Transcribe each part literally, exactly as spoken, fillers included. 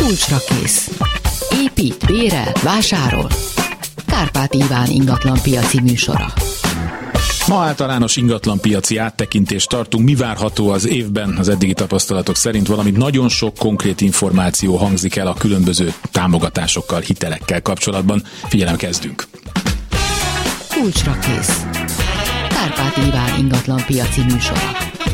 Kulcsra kész. Épít, bérel, vásárol. Kárpát Iván ingatlan piaci műsora. Ma általános ingatlanpiaci áttekintést tartunk. Mi várható az évben az eddigi tapasztalatok szerint? Valamint nagyon sok konkrét információ hangzik el a különböző támogatásokkal, hitelekkel kapcsolatban. Figyelem, kezdünk! Kulcsra kész. Kárpát Iván ingatlan piaci műsora.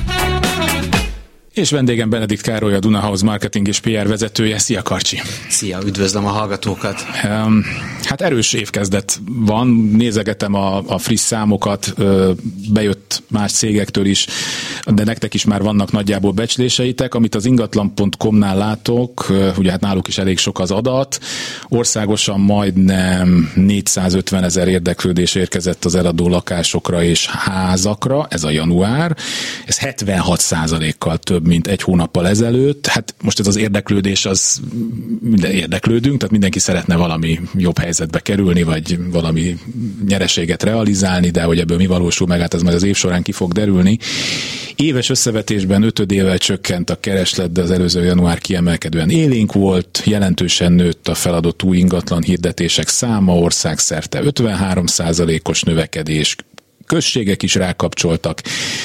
És vendégem Benedikt Károly, a Dunahouse marketing és pé er vezetője. Szia, Karcsi! Szia, üdvözlöm a hallgatókat! Um, hát erős évkezdet van, nézegetem a, a friss számokat, bejött más cégektől is, de nektek is már vannak nagyjából becsléseitek, amit az ingatlan pont com-nál látok, ugye hát náluk is elég sok az adat, országosan majdnem négyszázötven ezer érdeklődés érkezett az eladó lakásokra és házakra, ez a január, ez hetvenhat százalékkal több, mint egy hónappal ezelőtt. Hát most ez az érdeklődés, az minden érdeklődünk, tehát mindenki szeretne valami jobb helyzetbe kerülni, vagy valami nyereséget realizálni, de hogy ebből mi valósul meg, hát ez majd az év során ki fog derülni. Éves összevetésben ötödével csökkent a kereslet, de az előző január kiemelkedően élénk volt, jelentősen nőtt a feladott új ingatlan hirdetések száma, országszerte ötvenhárom százalékos növekedés, községek is rákapcsoltak,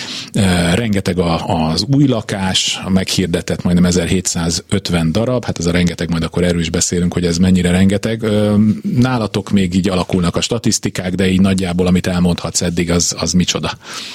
rengeteg a, az új lakás, a meghirdetett majdnem ezerhétszázötven darab, hát ez a rengeteg, majd akkor erről is beszélünk, hogy ez mennyire rengeteg. Nálatok még így alakulnak a statisztikák, de így nagyjából, amit elmondhatsz eddig, az, az micsoda?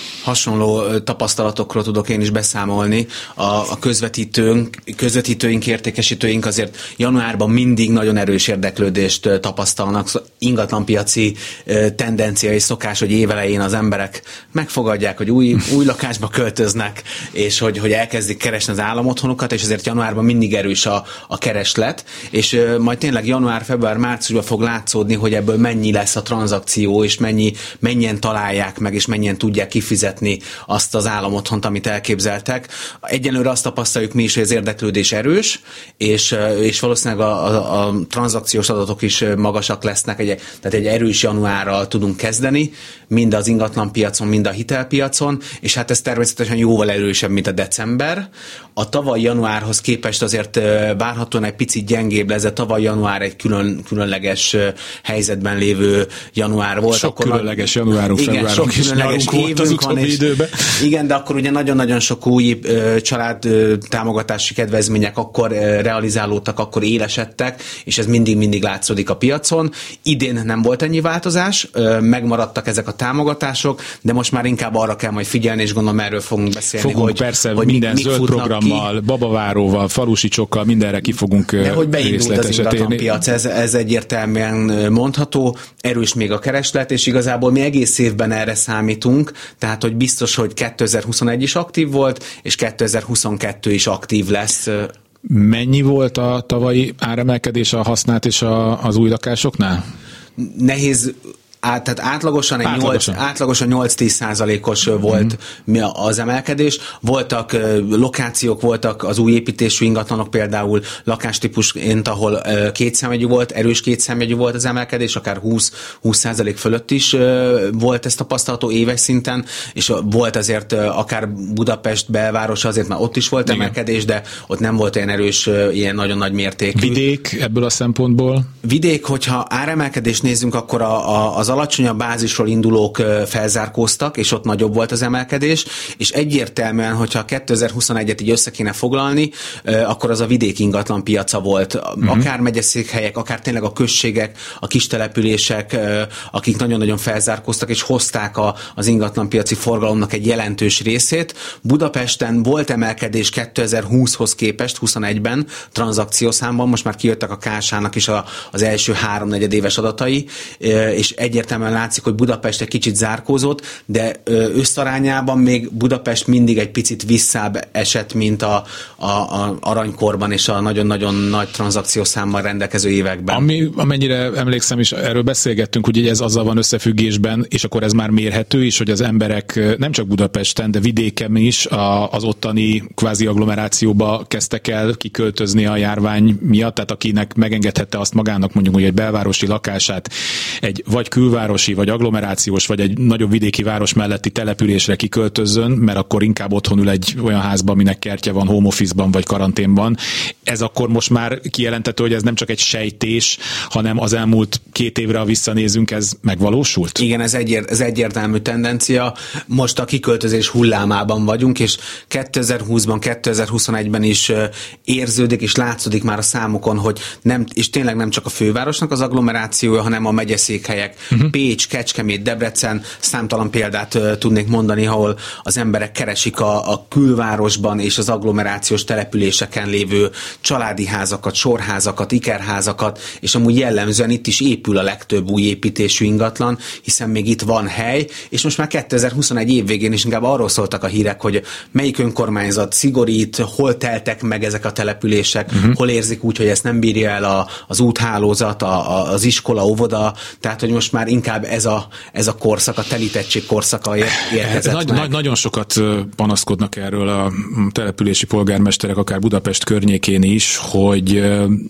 Hasonló tapasztalatokról tudok én is beszámolni. A, a közvetítőnk, közvetítőink, értékesítőink azért januárban mindig nagyon erős érdeklődést tapasztalnak. Ingatlanpiaci tendencia és szokás, hogy évelején az emberek megfogadják, hogy új, új lakásba költöznek, és hogy, hogy elkezdik keresni az államotthonukat, és ezért januárban mindig erős a, a kereslet, és majd tényleg január, február, márciusban fog látszódni, hogy ebből mennyi lesz a tranzakció, és mennyi, mennyien találják meg, és mennyien tudják kifizetni azt az államotthont, amit elképzeltek. Egyenlőre azt tapasztaljuk mi is, hogy az érdeklődés erős, és, és valószínűleg a, a, a tranzakciós adatok is magasak lesznek, egy, tehát egy erős januárral tudunk kezdeni, mind az ingatlanpiacon, mind a hitelpiacon, és hát ez természetesen jóval erősebb, mint a december. A tavaly januárhoz képest azért várhatóan egy picit gyengébb lesz, de tavaly január egy külön, különleges helyzetben lévő január volt. Sok akkor különleges januárunk, igen, sok különleges évünk van, és igen, de akkor ugye nagyon-nagyon sok új ö, család ö, támogatási kedvezmények akkor ö, realizálódtak, akkor élesedtek, és ez mindig-mindig látszódik a piacon. Idén nem volt ennyi változás, ö, megmaradtak ezek a támogatások, de most már inkább arra kell majd figyelni, és gondolom erről fogunk beszélni. Fogunk hogy, persze hogy minden mik, zöld mik programmal, ki. Babaváróval, falusicsokkal, mindenre ki fogunk de hogy beindult az részletesen ingatlanpiac, ez, ez egyértelműen mondható, erős még a kereslet, és igazából mi egész évben erre számítunk, tehát hogy biztos, hogy kétezer-huszonegy is aktív volt, és kétezer-huszonkettő is aktív lesz. Mennyi volt a tavalyi áremelkedés a használt és a, az új lakásoknál? Nehéz... Át, tehát átlagosan, egy átlagosan. nyolc, átlagosan nyolc-tíz százalékos volt mm. az emelkedés. Voltak lokációk, voltak az új építésű ingatlanok, például lakástípusként, ahol kétszemjegyű volt, erős kétszemjegyű volt az emelkedés, akár húsz százalék fölött is volt ez tapasztalható éves szinten, és volt azért akár Budapest belvárosa, azért már ott is volt igen. emelkedés, de ott nem volt olyan erős, ilyen nagyon nagy mértékű. Vidék ebből a szempontból? Vidék, hogyha áremelkedést nézzünk, akkor a, a, az alacsonyabb bázisról indulók felzárkóztak, és ott nagyobb volt az emelkedés, és egyértelműen, hogyha kétezer-huszonegyet így össze kéne foglalni, akkor az a vidék ingatlan piaca volt. Uh-huh. Akár megyeszékhelyek, akár tényleg a községek, a kistelepülések, akik nagyon-nagyon felzárkóztak, és hozták a, az ingatlanpiaci forgalomnak egy jelentős részét. Budapesten volt emelkedés kétezer-húszhoz képest, huszonegyben tranzakciószámban, most már kijöttek a ká es á-nak is a, az első háromnegyedéves adatai, és egyértelműen látszik, hogy Budapest egy kicsit zárkózott, de összarányában még Budapest mindig egy picit visszább esett, mint a, a, a aranykorban és a nagyon-nagyon nagy tranzakciószámmal rendelkező években. Ami, amennyire emlékszem is, erről beszélgettünk, hogy ez azzal van összefüggésben, és akkor ez már mérhető is, hogy az emberek nem csak Budapesten, de vidéken is az ottani kvázi agglomerációba kezdtek el kiköltözni a járvány miatt, tehát akinek megengedhette azt magának mondjuk, hogy egy belvárosi lakását egy vagy külváros külvárosi, vagy agglomerációs, vagy egy nagyobb vidéki város melletti településre kiköltözzön, mert akkor inkább otthon ül egy olyan házban, aminek kertje van, home office-ban, vagy karanténban. Ez akkor most már kijelentető, hogy ez nem csak egy sejtés, hanem az elmúlt két évre, ha visszanézünk, ez megvalósult? Igen, ez, egyért, ez egyértelmű tendencia. Most a kiköltözés hullámában vagyunk, és kétezer-húszban, kétezer-huszonegyben is érződik, és látszódik már a számokon, hogy nem, és tényleg nem csak a fővárosnak az agglomerációja, hanem a megyeszékhelyek. Uh-huh. Pécs, Kecskemét, Debrecen, számtalan példát uh, tudnék mondani, ahol az emberek keresik a, a külvárosban és az agglomerációs településeken lévő családi házakat, sorházakat, ikerházakat, és amúgy jellemzően itt is épül a legtöbb új építésű ingatlan, hiszen még itt van hely, és most már kétezer-huszonegy év végén is inkább arról szóltak a hírek, hogy melyik önkormányzat szigorít, hol teltek meg ezek a települések, uh-huh. hol érzik úgy, hogy ezt nem bírja el a, az úthálózat, a, a, az iskola, óvoda, tehát hogy most már inkább ez a, ez a korszak, a telítettség korszaka ér, érkezett Nagy, meg. Nagy, nagyon sokat panaszkodnak erről a települési polgármesterek, akár Budapest környékén is, hogy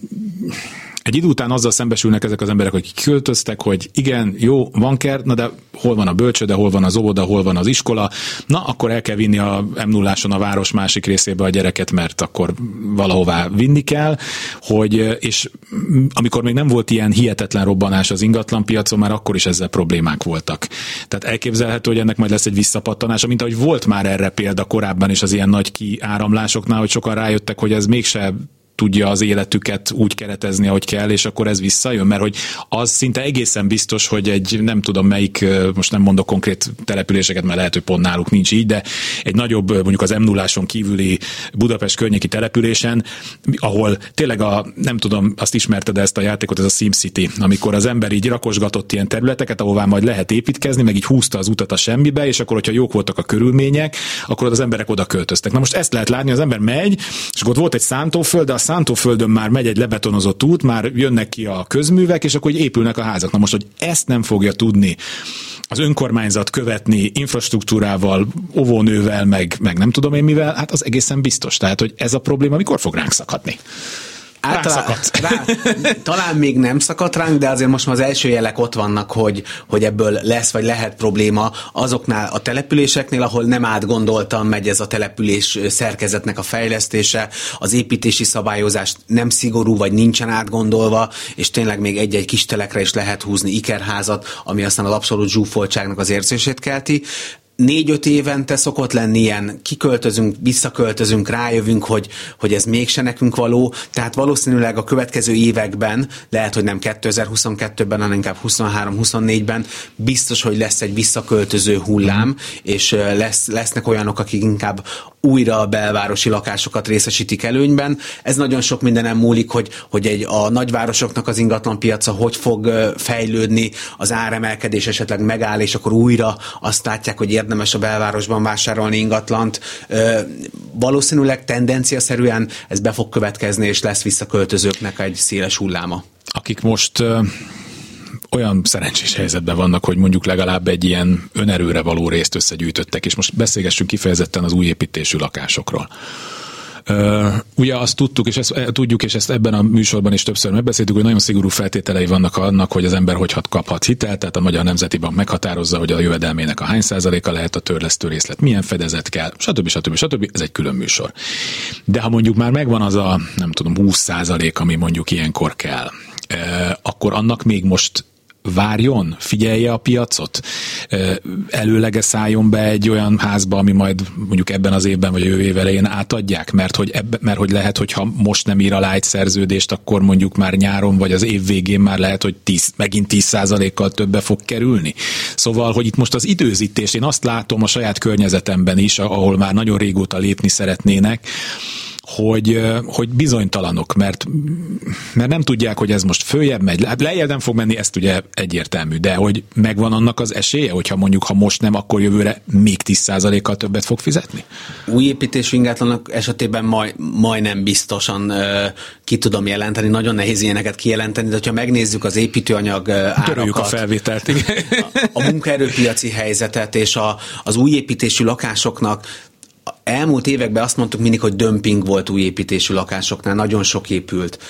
egy idő után azzal szembesülnek ezek az emberek, hogy kiköltöztek, hogy igen, jó, van kert, na de hol van a bölcsőde, hol van az óvoda, hol van az iskola, na akkor el kell vinni a em nulláson a város másik részébe a gyereket, mert akkor valahová vinni kell, hogy, és amikor még nem volt ilyen hihetetlen robbanás az ingatlanpiacon, már akkor is ezzel problémák voltak. Tehát elképzelhető, hogy ennek majd lesz egy visszapattanás, mint ahogy volt már erre példa korábban is az ilyen nagy kiáramlásoknál, hogy sokan rájöttek, hogy ez mégse tudja az életüket úgy keretezni, ahogy kell, és akkor ez visszajön, mert hogy az szinte egészen biztos, hogy egy nem tudom melyik, most nem mondok konkrét településeket, mert lehet, hogy pont náluk nincs így, de egy nagyobb, mondjuk az em nulláson kívüli Budapest környéki településen, ahol tényleg a, nem tudom, azt ismerted ezt a játékot, ez a SimCity, amikor az ember így rakosgatott ilyen területeket, ahová majd lehet építkezni, meg így húzta az utat a semmibe, és akkor, hogyha jók voltak a körülmények, akkor az emberek oda költöztek. Na most ezt lehet látni, az ember megy, és akkor ott volt egy szántóföld, de a szántóföldön már megy egy lebetonozott út, már jönnek ki a közművek, és akkor így épülnek a házak. Na most, hogy ezt nem fogja tudni az önkormányzat követni infrastruktúrával, óvónővel, meg, meg nem tudom én mivel, hát az egészen biztos. Tehát, hogy ez a probléma mikor fog ránk szakadni? Általán, rá, talán még nem szakadt ránk, de azért most már az első jelek ott vannak, hogy, hogy ebből lesz vagy lehet probléma azoknál a településeknél, ahol nem átgondoltan megy ez a település szerkezetnek a fejlesztése, az építési szabályozás nem szigorú vagy nincsen átgondolva, és tényleg még egy-egy kis telekre is lehet húzni ikerházat, ami aztán az abszolút zsúfoltságnak az érzését kelti. Négy-öt évente szokott lenni ilyen, kiköltözünk, visszaköltözünk, rájövünk, hogy, hogy ez mégse nekünk való, tehát valószínűleg a következő években, lehet, hogy nem kétezer-huszonkettőben, hanem inkább huszonhárom-huszonnégyben biztos, hogy lesz egy visszaköltöző hullám, és lesz, lesznek olyanok, akik inkább újra a belvárosi lakásokat részesítik előnyben. Ez nagyon sok mindenem múlik, hogy, hogy egy, a nagyvárosoknak az ingatlanpiaca hogy fog fejlődni, az áremelkedés esetleg megáll, és akkor újra azt látják, hogy érdemes a belvárosban vásárolni ingatlant. Valószínűleg tendenciaszerűen ez be fog következni, és lesz visszaköltözőknek egy széles hulláma. Akik most olyan szerencsés helyzetben vannak, hogy mondjuk legalább egy ilyen önerőre való részt összegyűjtöttek, és most beszélgessünk kifejezetten az új építésű lakásokról. Uh, ugye azt tudtuk, és ezt tudjuk, és ezt ebben a műsorban is többször megbeszéltük, hogy nagyon szigorú feltételei vannak annak, hogy az ember hogy kaphat hitelt, tehát a Magyar Nemzeti Bank meghatározza, hogy a jövedelmének a hány százaléka lehet a törlesztő részlet, milyen fedezet kell, stb. stb. stb. Ez egy külön műsor. De ha mondjuk már megvan az a, nem tudom, húsz százalék, ami mondjuk ilyenkor kell, uh, akkor annak még most várjon, figyelje a piacot, előlege szálljon be egy olyan házba, ami majd mondjuk ebben az évben vagy a jövő év elején átadják, mert hogy, ebbe, mert hogy lehet, hogyha most nem ír alá egy szerződést, akkor mondjuk már nyáron vagy az év végén már lehet, hogy tíz, megint tíz százalékkal többe fog kerülni. Szóval, hogy itt most az időzítés, én azt látom a saját környezetemben is, ahol már nagyon régóta lépni szeretnének, hogy, hogy bizonytalanok, mert, mert nem tudják, hogy ez most följebb megy, lejjebb nem fog menni, ezt ugye egyértelmű, de hogy megvan annak az esélye, hogyha mondjuk, ha most nem, akkor jövőre még tíz százalékkal többet fog fizetni? Új építésű ingatlanok esetében maj, majdnem biztosan uh, ki tudom jelenteni, nagyon nehéz ilyeneket kijelenteni, de ha megnézzük az építőanyag uh, árakat, töröljük a felvételt, igen. a, a munkaerőpiaci helyzetet és a, az új építésű lakásoknak elmúlt években azt mondtuk mindig, hogy dömping volt új építésű lakásoknál, nagyon sok épült.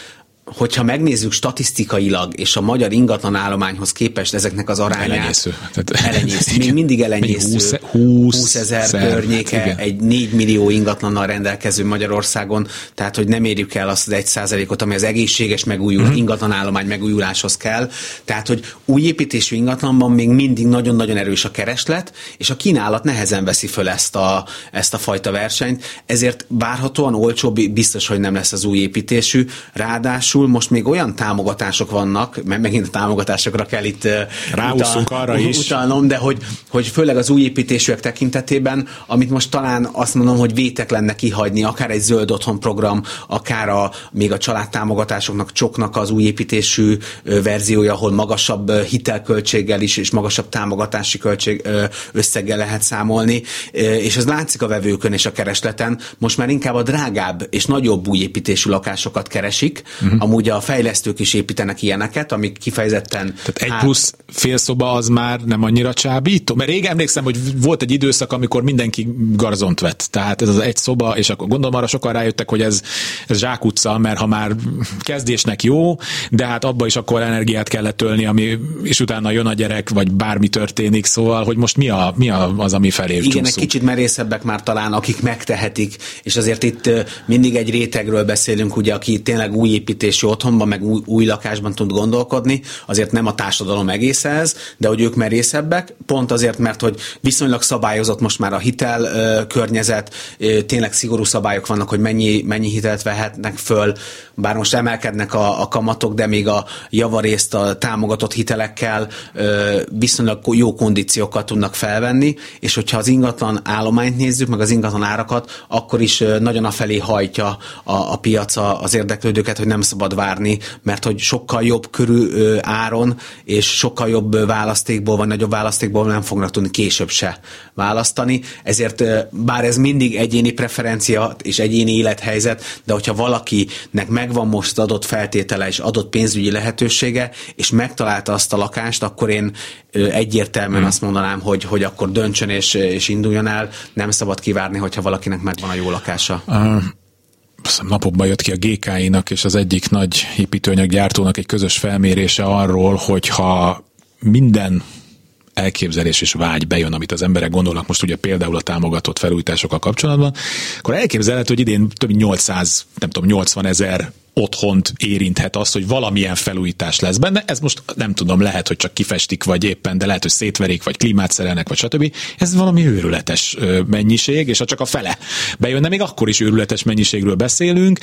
hogyha megnézzük statisztikailag, és a magyar ingatlan állományhoz képest ezeknek az arányát... Elenyésző. Elenyésző. Még mindig elenyésző. húszezer környéke igen. Egy négy millió ingatlannal rendelkező Magyarországon, tehát hogy nem érjük el azt az egy százalékot, ami az egészséges megújul, mm. ingatlan állomány megújuláshoz kell. Tehát, hogy új építésű ingatlanban még mindig nagyon-nagyon erős a kereslet, és a kínálat nehezen veszi föl ezt a, ezt a fajta versenyt, ezért várhatóan olcsóbb biztos, hogy nem lesz az új építésű. Ráadásul most még olyan támogatások vannak, mert megint a támogatásokra kell itt ráúszunk utal, arra is. utalnom, de hogy, hogy főleg az új építésűek tekintetében, amit most talán azt mondom, hogy vétek lenne kihagyni, akár egy zöld otthon program, akár a, még a családtámogatásoknak, csoknak az új építésű verziója, ahol magasabb hitelköltséggel is, és magasabb támogatási költség összeggel lehet számolni, és ez látszik a vevőkön és a keresleten, most már inkább a drágább és nagyobb új építésű lakásokat keresik, uh-huh. Amúgy a fejlesztők is építenek ilyeneket, amik kifejezetten... Tehát egy plusz félszoba az már nem annyira csábító? Mert rég emlékszem, hogy volt egy időszak, amikor mindenki garzont vett. Tehát ez az egy szoba, és akkor gondolom arra sokan rájöttek, hogy ez, ez zsákutca, mert ha már kezdésnek jó, de hát abba is akkor energiát kellett tölni, ami, és utána jön a gyerek, vagy bármi történik, szóval, hogy most mi, a, mi a, az, ami felé igen, csúszunk. egy kicsit merészebbek már talán, akik megtehetik, és azért itt mindig egy rétegről beszélünk, ugye, aki tényleg új építésű otthonban, meg új, új lakásban tud gondolkodni, azért nem a társadalom egész ez, de hogy ők merészebbek, pont azért, mert hogy viszonylag szabályozott most már a hitel ö, környezet, ö, tényleg szigorú szabályok vannak, hogy mennyi, mennyi hitelt vehetnek föl, bár most emelkednek a, a kamatok, de még a javarészt a támogatott hitelekkel ö, viszonylag jó kondíciókkal tudnak felvenni, és hogyha az ingatlan állományt nézzük, meg az ingatlan árakat, akkor is ö, nagyon afelé hajtja a, a piaca az érdeklődőket, hogy nem szabad várni, mert hogy sokkal jobb körű ö, áron, és sokkal jobb választékból, vagy nagyobb választékból nem fognak tudni később se választani, ezért ö, bár ez mindig egyéni preferencia és egyéni élethelyzet, de hogyha valakinek megvan most adott feltétele és adott pénzügyi lehetősége, és megtalálta azt a lakást, akkor én ö, egyértelműen hmm. azt mondanám, hogy, hogy akkor döntsön és, és induljon el, nem szabad kivárni, hogyha valakinek megvan a jó lakása. Uh. Napokban jött ki a gé ká i-nak és az egyik nagy építőanyaggyártónak egy közös felmérése arról, hogyha minden elképzelés és vágy bejön, amit az emberek gondolnak most ugye például a támogatott felújításokkal kapcsolatban, akkor elképzelhető, hogy idén több mint nyolcszáz, nem tudom, nyolcvan ezer otthont érinthet azt, hogy valamilyen felújítás lesz benne. Ez most nem tudom, lehet, hogy csak kifestik, vagy éppen, de lehet, hogy szétverik, vagy klímát szerelnek, vagy stb. Ez valami őrületes mennyiség, és ha csak a fele bejönne, még akkor is őrületes mennyiségről beszélünk.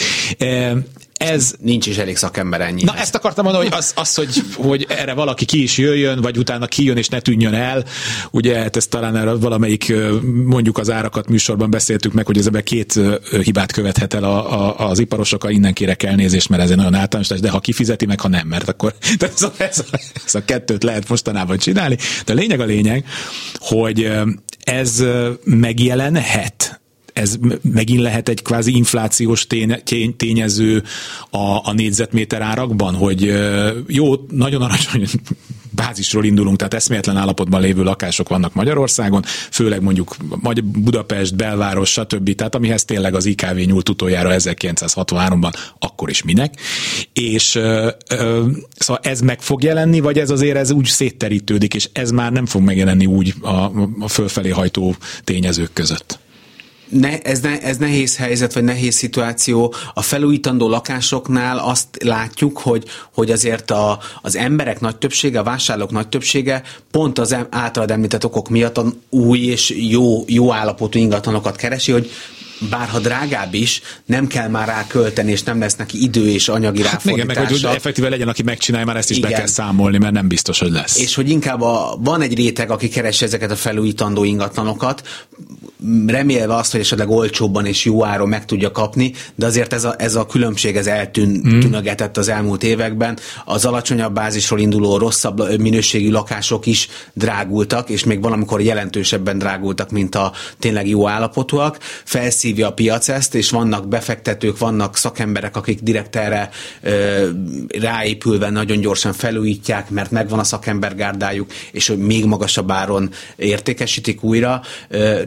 Ez... Nincs is elég szakember ennyi. Na, ezt akartam mondani, hogy az, az hogy, hogy erre valaki ki is jöjjön, vagy utána kijön és ne tűnjön el. Ugye, hát ezt talán erre valamelyik, mondjuk az árakat műsorban beszéltük meg, hogy ez ebben két hibát követhet el a, a, az iparosok, innen kérek elnézést, mert ez egy nagyon általános, de ha kifizeti meg, ha nem, mert akkor ez a, ez, a, ez a kettőt lehet mostanában csinálni. De a lényeg a lényeg, hogy ez megjelenhet. Ez megint lehet egy kvázi inflációs tény, tényező a, a négyzetméter árakban, hogy jó, nagyon alacsony bázisról indulunk, tehát eszméletlen állapotban lévő lakások vannak Magyarországon, főleg mondjuk Budapest, belváros, stb. Tehát amihez tényleg az i ká vé nyúlt utoljára ezerkilencszázhatvanháromban, akkor is minek. És ö, ö, szóval ez meg fog jelenni, vagy ez azért ez úgy szétterítődik, és ez már nem fog megjelenni úgy a, a fölfelé hajtó tényezők között? Ne, ez, ne, ez nehéz helyzet, vagy nehéz szituáció. A felújítandó lakásoknál azt látjuk, hogy, hogy azért a, az emberek nagy többsége, a vásárlók nagy többsége pont az általad említett okok miatt a új és jó, jó állapotú ingatlanokat keresi, hogy bárha drágább is, nem kell már rá költeni, és nem lesz neki idő és anyagi hát ráfordítása. Igen, meg hogy effektíve legyen, aki megcsinálja, már ezt is igen. Be kell számolni, mert nem biztos, hogy lesz. És hogy inkább a, van egy réteg, aki keresi ezeket a felújítandó ingatlanokat, remélve azt, hogy esetleg olcsóbban és jó áron meg tudja kapni, de azért ez a, ez a különbség ez eltűnögetett az elmúlt években. Az alacsonyabb bázisról induló rosszabb minőségű lakások is drágultak, és még valamikor jelentősebben drágultak, mint a tényleg jó állapotúak. Felszívja a piac ezt, és vannak befektetők, vannak szakemberek, akik direkt erre ö, ráépülve nagyon gyorsan felújítják, mert megvan a szakembergárdájuk, és hogy még magasabb áron értékesítik újra, ö, keresik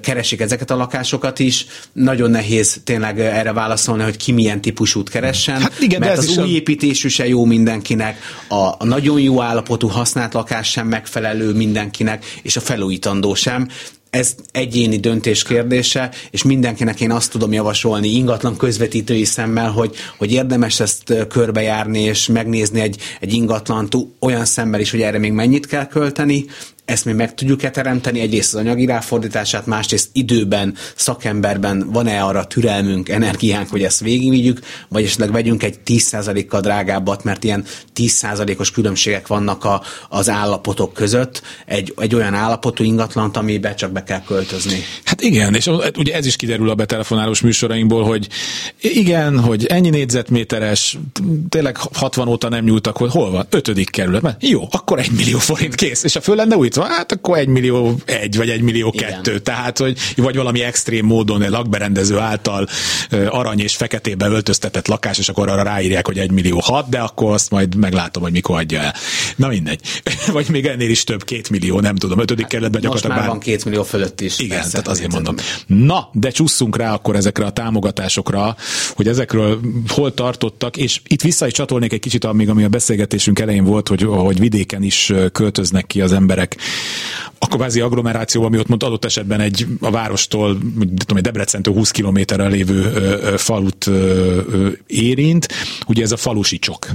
ezeket a lakásokat is. Nagyon nehéz tényleg erre válaszolni, hogy ki milyen típusút keressen, hát igen, mert az új a... építésű se jó mindenkinek, a, a nagyon jó állapotú használt lakás sem megfelelő mindenkinek, és a felújítandó sem. Ez egyéni döntés kérdése, és mindenkinek én azt tudom javasolni ingatlan közvetítői szemmel, hogy, hogy érdemes ezt körbejárni, és megnézni egy, egy ingatlant olyan szemmel is, hogy erre még mennyit kell költeni. Ezt mi meg tudjuk-e teremteni, egyrészt az anyagi ráfordítását, másrészt időben, szakemberben van-e arra türelmünk, energiánk, hogy ezt végigvigyük, vagy esetleg vegyünk egy tíz százalékkal drágábbat, mert ilyen tíz százalékos különbségek vannak a, az állapotok között, egy, egy olyan állapotú ingatlant, amibe csak be kell költözni. Hát igen, és ugye ez is kiderül a betelefonálós műsorainkból, hogy igen, hogy ennyi négyzetméteres, tényleg hatvan óta nem nyúltak, hogy hol van? Ötödik kerület. Mert jó, akkor egy millió forint kész, és a föl lenne újítva, hát akkor egy millió egy, vagy egy millió kettő. Igen. Tehát, hogy vagy valami extrém módon egy lakberendező által arany és feketébe öltöztetett lakás, és akkor arra ráírják, hogy egy millió hat, de akkor azt majd meglátom, hogy mikor adja el. Na mindegy. Vagy még ennél is több, két millió, nem tudom, ötödik kerületben gyakorlatilag. Most már bár... van két millió fölött is. Igen, persze, tehát azért mondom. Na, de csusszunk rá akkor ezekre a támogatásokra, hogy ezekről hol tartottak, és itt vissza is csatolnék egy kicsit, amíg ami a beszélgetésünk elején volt, hogy, hogy vidéken is költöznek ki az emberek a kvázi agglomerációban, ami ott mond adott esetben egy a várostól, tudom, egy Debrecentől húsz kilométerre lévő ö, falut ö, ö, érint. Ugye ez a falusi csok.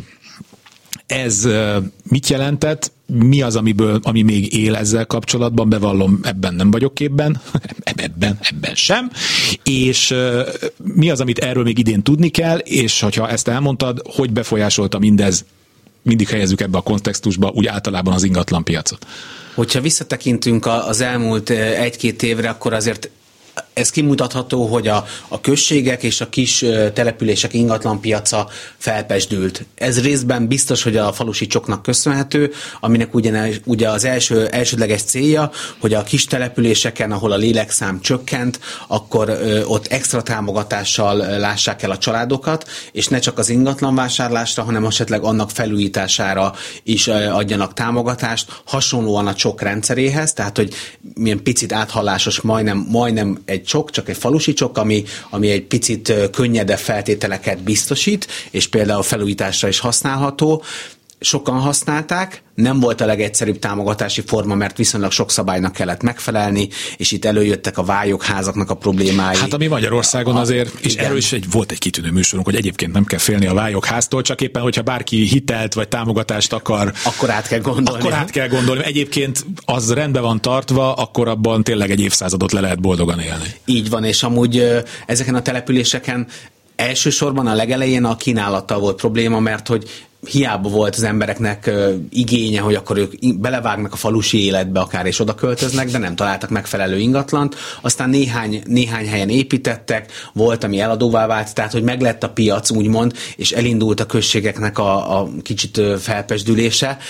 Ez ö, mit jelentett? Mi az, amiből, ami még él ezzel kapcsolatban? Bevallom, ebben nem vagyok képben, ebben, ebben sem. És uh, mi az, amit erről még idén tudni kell, és hogyha ezt elmondtad, hogy befolyásolta mindez, mindig helyezzük ebbe a kontextusba, úgy általában az ingatlan piacot. Hogyha visszatekintünk az elmúlt egy-két évre, akkor azért ez kimutatható, hogy a, a községek és a kis települések ingatlanpiaca felpesdült. Ez részben biztos, hogy a falusi csoknak köszönhető, aminek ugyan, ugye az első, elsődleges célja, hogy a kis településeken, ahol a lélekszám csökkent, akkor ö, ott extra támogatással lássák el a családokat, és ne csak az ingatlanvásárlásra, hanem esetleg annak felújítására is ö, adjanak támogatást, hasonlóan a csok rendszeréhez, tehát hogy milyen picit áthallásos, majdnem, majdnem egy csok, csak egy falusi csok, ami, ami egy picit könnyedebb feltételeket biztosít, és például felújításra is használható. Sokan használták, nem volt a legegyszerűbb támogatási forma, mert viszonylag sok szabálynak kellett megfelelni, és itt előjöttek a vályogházaknak a problémái. Hát ami Magyarországon a, azért, és igen. Erről is egy, volt egy kitűnő műsorunk, hogy egyébként nem kell félni a vályogháztól, csak éppen, hogyha bárki hitelt vagy támogatást akar, akkor át kell gondolni. Akkor át kell gondolni. Egyébként az rendben van tartva, akkor abban tényleg egy évszázadot le lehet boldogan élni. Így van, és amúgy ezeken a településeken elsősorban a legelején a kínálattal volt probléma, mert hogy hiába volt az embereknek uh, igénye, hogy akkor ők belevágnak a falusi életbe akár, és oda költöznek, de nem találtak megfelelő ingatlant. Aztán néhány, néhány helyen építettek, volt, ami eladóvá vált, tehát hogy meglett a piac, úgymond, és elindult a községeknek a, a kicsit uh, felpesdülése.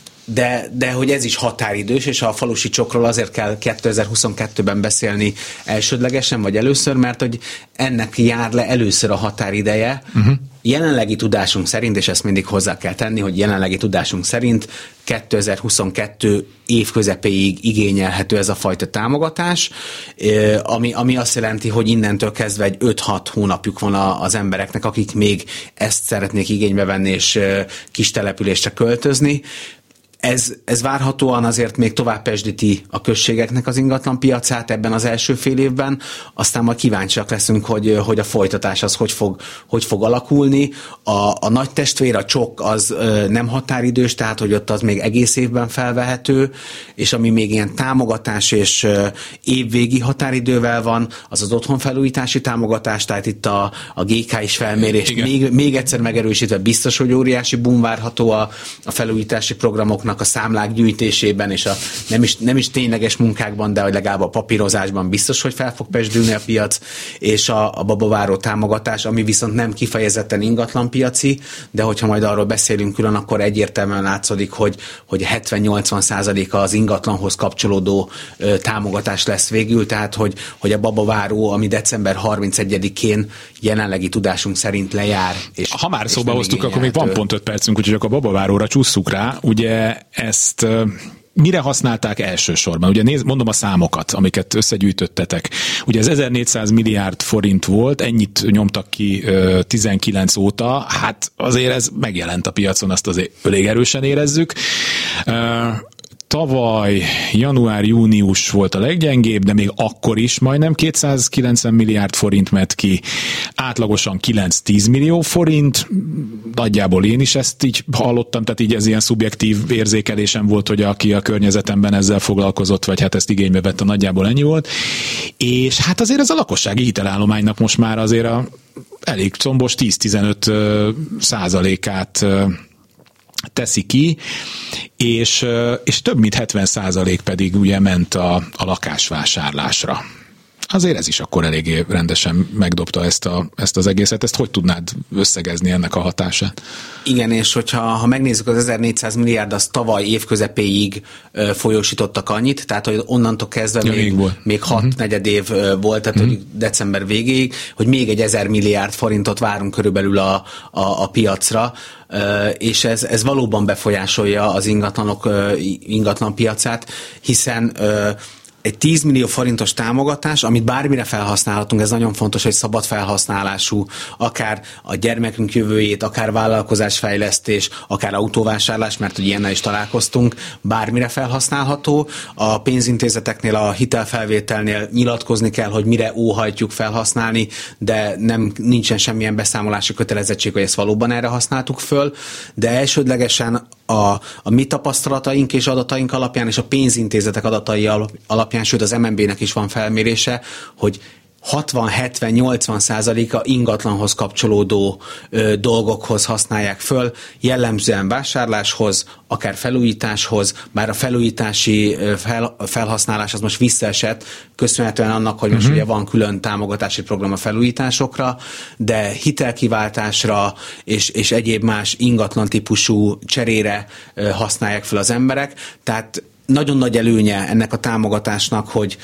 De, de hogy ez is határidős, és a falusi csokról azért kell kétezer-huszonkettőben beszélni elsődlegesen, vagy először, mert hogy ennek jár le először a határideje. Uh-huh. Jelenlegi tudásunk szerint, és ezt mindig hozzá kell tenni, hogy jelenlegi tudásunk szerint kétezer-huszonkettő év közepéig igényelhető ez a fajta támogatás, ami, ami azt jelenti, hogy innentől kezdve egy öt-hat hónapjuk van az embereknek, akik még ezt szeretnék igénybe venni, és kis településre költözni. Ez, ez várhatóan azért még tovább pesdíti a községeknek az ingatlan piacát ebben az első fél évben, aztán majd kíváncsiak leszünk, hogy, hogy a folytatás az hogy fog, hogy fog alakulni. A, a nagy testvér, a csok az ö, nem határidős, tehát hogy ott az még egész évben felvehető, és ami még ilyen támogatás és ö, évvégi határidővel van, az az otthonfelújítási támogatás, tehát itt a, a gé ká is felmérés. Még, még egyszer megerősítve biztos, hogy óriási boom várható a, a felújítási programoknak a számlák gyűjtésében, és a nem is, nem is tényleges munkákban, de hogy legalább a papírozásban biztos, hogy fel fog pesdülni a piac, és a, a babaváró támogatás, ami viszont nem kifejezetten ingatlanpiaci, de hogyha majd arról beszélünk külön, akkor egyértelműen látszódik, hogy, hogy hetven-nyolcvan százaléka az ingatlanhoz kapcsolódó ö, támogatás lesz végül, tehát hogy, hogy a babaváró, ami december harmincegyedikén jelenlegi tudásunk szerint lejár. És, ha már szóba hoztuk, akkor még van pont öt percünk, úgyhogy akkor a babaváróra csússzuk rá. Ugye ezt mire használták elsősorban? Ugye nézd, mondom a számokat, amiket összegyűjtöttetek. Ugye ez ezernégyszáz milliárd forint volt, ennyit nyomtak ki tizenkilenc óta, hát azért ez megjelent a piacon, azt azért elég erősen érezzük. Tavaly január-június volt a leggyengébb, de még akkor is majdnem kétszázkilencven milliárd forint ment ki, átlagosan kilenc-tíz millió forint, nagyjából én is ezt így hallottam, tehát így ez ilyen szubjektív érzékelésem volt, hogy aki a környezetemben ezzel foglalkozott, vagy hát ezt igénybe vette, nagyjából ennyi volt, és hát azért ez a lakossági hitelállománynak most már azért a elég combos tíz-tizenöt százalékát teszi ki, és, és több mint hetven százalék pedig ugye ment a, a lakásvásárlásra. Azért ez is akkor eléggé rendesen megdobta ezt, a, ezt az egészet. Ezt hogy tudnád összegezni ennek a hatását? Igen, és hogyha ha megnézzük az ezernégyszáz milliárd, az tavaly évközepéig ö, folyósítottak annyit, tehát hogy onnantól kezdve ja, még, még, még hat uh-huh. negyed év volt, tehát uh-huh. hogy december végéig, hogy még egy ezer milliárd forintot várunk körülbelül a, a, a piacra, ö, és ez, ez valóban befolyásolja az ingatlanok, ö, ingatlan piacát, hiszen ö, egy tíz millió forintos támogatás, amit bármire felhasználhatunk, ez nagyon fontos, hogy szabad felhasználású, akár a gyermekünk jövőjét, akár vállalkozásfejlesztés, akár autóvásárlás, mert hogy ilyennel is találkoztunk, bármire felhasználható. A pénzintézeteknél, a hitelfelvételnél nyilatkozni kell, hogy mire óhajtjuk felhasználni, de nem, nincsen semmilyen beszámolási kötelezettség, hogy ezt valóban erre használtuk föl, de elsődlegesen a, a mi tapasztalataink és adataink alapján, és a pénzintézetek adatai alapján, sőt az em en bé-nek is van felmérése, hogy hatvan-hetven-nyolcvan százaléka ingatlanhoz kapcsolódó ö, dolgokhoz használják föl, jellemzően vásárláshoz, akár felújításhoz, bár a felújítási ö, fel, felhasználás az most visszaesett, köszönhetően annak, hogy most uh-huh. ugye van külön támogatási program a felújításokra, de hitelkiváltásra és, és egyéb más ingatlan típusú cserére ö, használják fel az emberek, tehát nagyon nagy előnye ennek a támogatásnak, hogy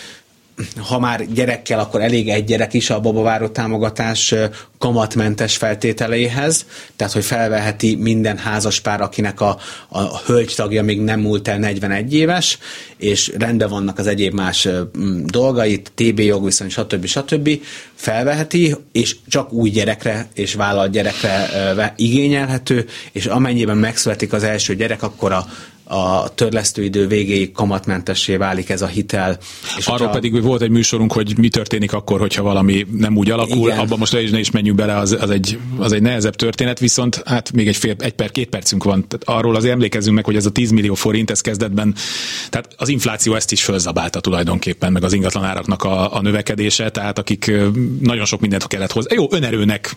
ha már gyerekkel, akkor elég egy gyerek is a babaváró támogatás kamatmentes feltételeihez, tehát hogy felveheti minden házaspár, akinek a, a hölgytagja még nem múlt el negyvenegy éves, és rendben vannak az egyéb más dolgait, té bé jogviszony, stb. stb. Felveheti, és csak új gyerekre és vállalt gyerekre igényelhető, és amennyiben megszületik az első gyerek, akkor a a törlesztőidő végéig kamatmentessé válik ez a hitel. És arról hogyha... pedig volt egy műsorunk, hogy mi történik akkor, hogyha valami nem úgy alakul, igen. Abban most le is, ne is menjünk bele, az, az, egy, az egy nehezebb történet, viszont hát még egy fél, egy per, két percünk van. Tehát arról azért emlékezzünk meg, hogy ez a tíz millió forint, ez kezdetben, tehát az infláció ezt is fölzabálta tulajdonképpen, meg az ingatlanáraknak a, a növekedése, tehát akik nagyon sok mindent kellett hozzá. Jó, önerőnek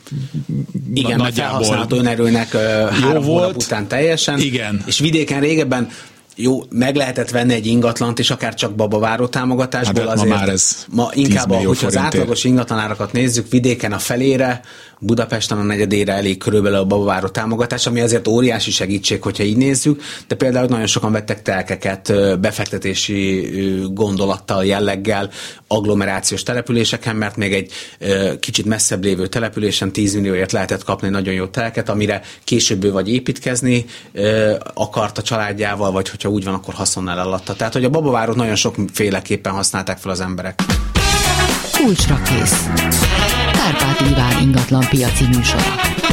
igen, nagyjából. Felhasználható önerőnek három hónap után teljesen. Igen. És vidéken régebben jó, meg lehetett venni egy ingatlant, és akár csak babaváró támogatásból. Hát, azért ma már ez ma inkább, hogyha az átlagos ingatlanárakat nézzük, vidéken a felére, Budapesten a negyedére elég körülbelül a babaváró támogatás, ami azért óriási segítség, hogyha így nézzük, de például nagyon sokan vettek telkeket befektetési gondolattal, jelleggel, agglomerációs településeken, mert még egy kicsit messzebb lévő településen tíz millióért lehetett kapni nagyon jó telket, amire később vagy építkezni akart a családjával, vagy hogyha úgy van, akkor haszonnal eladta. Tehát, hogy a babavárót nagyon sokféleképpen használták fel az emberek. Kulcsra kész. Kárpáti Iván ingatlan piaci műsora.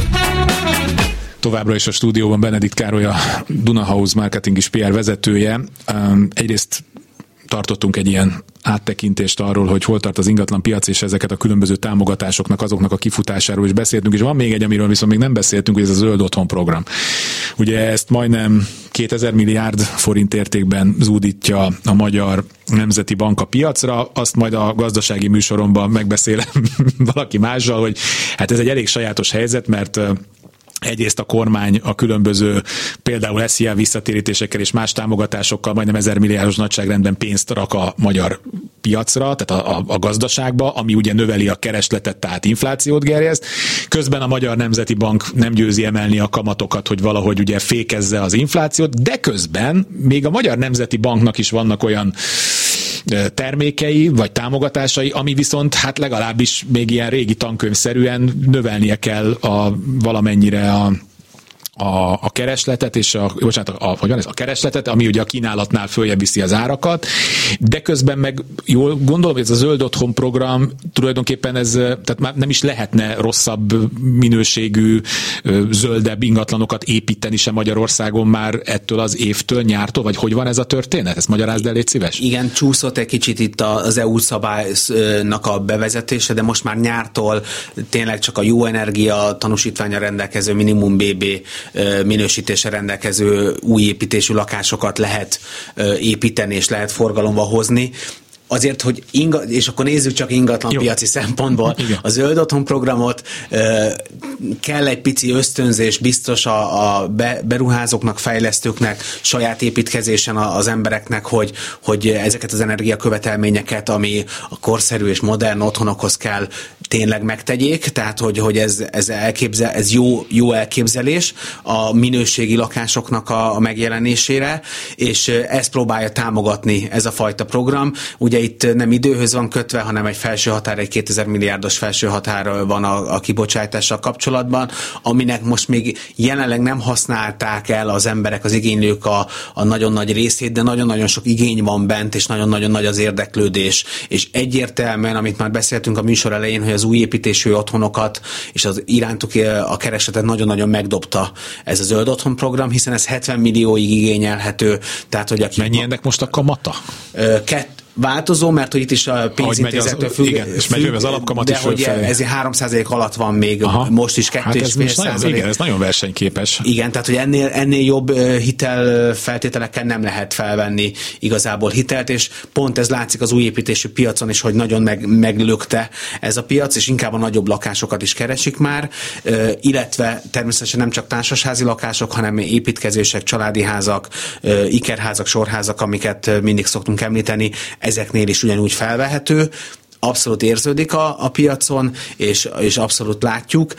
Továbbra is a stúdióban Benedikt Károly, a Dunahouse marketing és pé er vezetője. Egyrészt tartottunk egy ilyen áttekintést arról, hogy hol tart az ingatlan piac, és ezeket a különböző támogatásoknak, azoknak a kifutásáról is beszéltünk, és van még egy, amiről viszont még nem beszéltünk, hogy ez a Zöld Otthon program. Ugye ezt majdnem kétezer milliárd forint értékben zúdítja a Magyar Nemzeti Bank a piacra, azt majd a gazdasági műsoromban megbeszélem valaki mással, hogy hát ez egy elég sajátos helyzet, mert egyrészt a kormány a különböző például es zé á visszatérítésekkel és más támogatásokkal majdnem ezer milliárdos nagyságrendben pénzt rak a magyar piacra, tehát a, a, a gazdaságba, ami ugye növeli a keresletet, tehát inflációt gerjeszt. Közben a Magyar Nemzeti Bank nem győzi emelni a kamatokat, hogy valahogy ugye fékezze az inflációt, de közben még a Magyar Nemzeti Banknak is vannak olyan termékei, vagy támogatásai, ami viszont hát legalábbis még ilyen régi tankönyvszerűen növelnie kell a, valamennyire a a, a keresletet, és a, bocsánat, a, hogy van ez, a keresletet, ami ugye a kínálatnál följebb viszi az árakat, de közben meg jól gondolom, hogy ez a zöld otthon program tulajdonképpen ez, tehát már nem is lehetne rosszabb minőségű, zöldebb ingatlanokat építeni sem Magyarországon már ettől az évtől, nyártól, vagy hogy van ez a történet? Ezt magyarázd el, légy szíves? Igen, csúszott egy kicsit itt az é u szabálynak a bevezetése, de most már nyártól tényleg csak a jó energia tanúsítványa rendelkező, minimum bé bé minősítése rendelkező új építésű lakásokat lehet építeni, és lehet forgalomba hozni. Azért, hogy inga, és akkor nézzük csak ingatlan Jó. piaci szempontból. Igen. A zöld otthon programot kell egy pici ösztönzés biztos a, a beruházóknak, fejlesztőknek, saját építkezésen az embereknek, hogy, hogy ezeket az energiakövetelményeket, ami a korszerű és modern otthonokhoz kell, tényleg megtegyék, tehát hogy, hogy ez, ez, elképzel, ez jó, jó elképzelés a minőségi lakásoknak a, a megjelenésére, és ezt próbálja támogatni ez a fajta program. Ugye itt nem időhöz van kötve, hanem egy felső határ, egy kétezer milliárdos felső határ van a, a kibocsátással kapcsolatban, aminek most még jelenleg nem használták el az emberek, az igénylők a, a nagyon nagy részét, de nagyon-nagyon sok igény van bent, és nagyon-nagyon nagy az érdeklődés. És egyértelműen, amit már beszéltünk a műsor elején, hogy az új építésű otthonokat és az irántuk a keresletet nagyon-nagyon megdobta ez a zöld otthon program, hiszen ez hetven millióig igényelhető. Tehát, hogy aki mennyi ennek most a kamata? Kett változó, mert hogy itt is a pénzintézettől függ, igen, és megy az alapkamat de is hogy ez három százalék alatt van még. Aha. Most is kettő és fél százalék. Igen, ez nagyon versenyképes. Igen, tehát hogy ennél, ennél jobb hitel feltételekkel nem lehet felvenni igazából hitelt, és pont ez látszik az új építésű piacon is, hogy nagyon meg, meglökte ez a piac, és inkább a nagyobb lakásokat is keresik már, illetve természetesen nem csak társasházi lakások, hanem építkezések, családi házak, ikerházak, sorházak, amiket mindig szoktunk említeni, ezeknél is ugyanúgy felvehető, abszolút érződik a, a piacon, és, és abszolút látjuk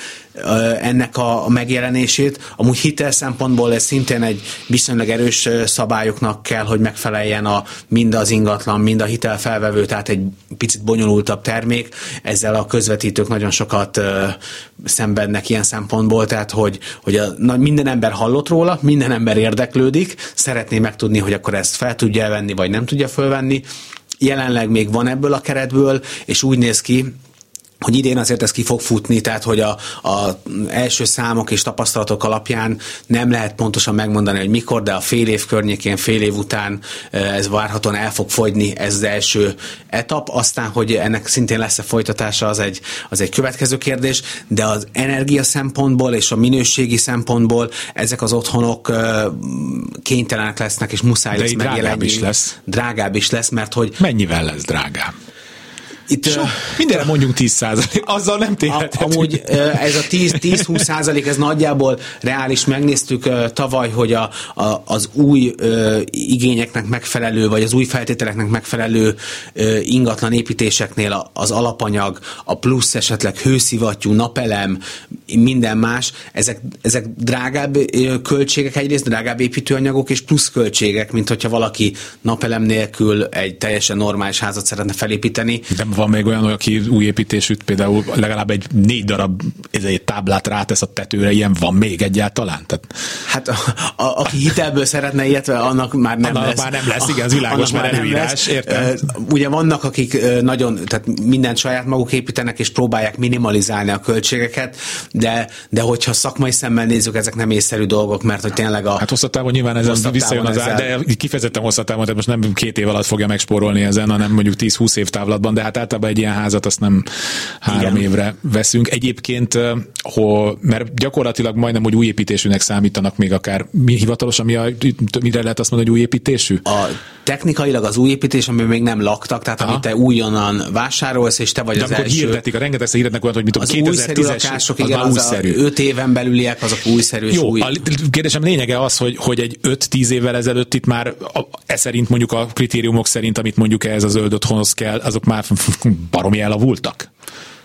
ennek a, a megjelenését. Amúgy hitel szempontból ez szintén egy viszonylag erős szabályoknak kell, hogy megfeleljen a, mind az ingatlan, mind a hitelfelvevő, tehát egy picit bonyolultabb termék. Ezzel a közvetítők nagyon sokat uh, szenvednek ilyen szempontból, tehát hogy, hogy a, na, minden ember hallott róla, minden ember érdeklődik, szeretné megtudni, hogy akkor ezt fel tudja venni, vagy nem tudja fölvenni. Jelenleg még van ebből a keretből, és úgy néz ki, hogy idén azért ez ki fog futni, tehát hogy a, a első számok és tapasztalatok alapján nem lehet pontosan megmondani, hogy mikor, de a fél év környékén, fél év után ez várhatóan el fog fogyni, ez az első etap. Aztán, hogy ennek szintén lesz-e folytatása, az egy, az egy következő kérdés, de az energia szempontból és a minőségi szempontból ezek az otthonok kénytelenek lesznek, és muszáj de lesz megjelenni. Drágább is lesz. Drágább is lesz, mert hogy... Mennyivel lesz drágább? Itt, so, mindenre mondjunk tíz százalék, azzal nem tévedhetünk. Amúgy ez a tíz-húsz százalék, ez nagyjából reális. Megnéztük tavaly, hogy a, a, az új ö, igényeknek megfelelő, vagy az új feltételeknek megfelelő ö, ingatlan építéseknél az alapanyag, a plusz esetleg hőszivattyú, napelem, minden más, ezek, ezek drágább költségek egyrészt, drágább építőanyagok és plusz költségek, mint hogyha valaki napelem nélkül egy teljesen normális házat szeretne felépíteni. De van még olyan, aki új építésűt például legalább egy négy darab egy táblát rátesz a tetőre, ilyen van még egyáltalán? Tehát... Hát a, a, aki hitelből szeretne ilyet, annak már nem annak lesz. már nem lesz, igen, az világos, mert előírás, értem. Ugye vannak, akik nagyon, tehát mindent saját maguk építenek, és próbálják minimalizálni a költségeket, de, de hogyha szakmai szemmel nézzük, ezek nem észszerű dolgok, mert hogy tényleg a... Hát hosszatávon nyilván ezen visszajön az ár, de kifejezetten hosszatávon, tehát most nem két év alatt fogja megspórolni ezen, hanem mondjuk tíz-húsz év távlatban, de hát általában egy ilyen házat azt nem három Igen. évre veszünk. Egyébként, ho, mert gyakorlatilag majdnem, hogy új építésűnek számítanak még akár mi hivatalosan, mi a, mire lehet azt mondani, hogy új építésű? A technikailag az új építés, amiben még nem laktak, tehát Aha. amit te újonnan vásárolsz, és te vagy de az első. hirdetik, a rengetegszer hirdetnek olyan, hogy mit tudom, kétezer-tízes lakások, igen, az, az újszerű. öt éven belüliek, azok újszerű és Jó, új. A kérdésem lényege az, hogy, hogy egy öt-tíz évvel ezelőtt itt már e szerint mondjuk a kritériumok szerint, amit mondjuk ehhez a zöld otthonhoz kell, azok már baromi elavultak.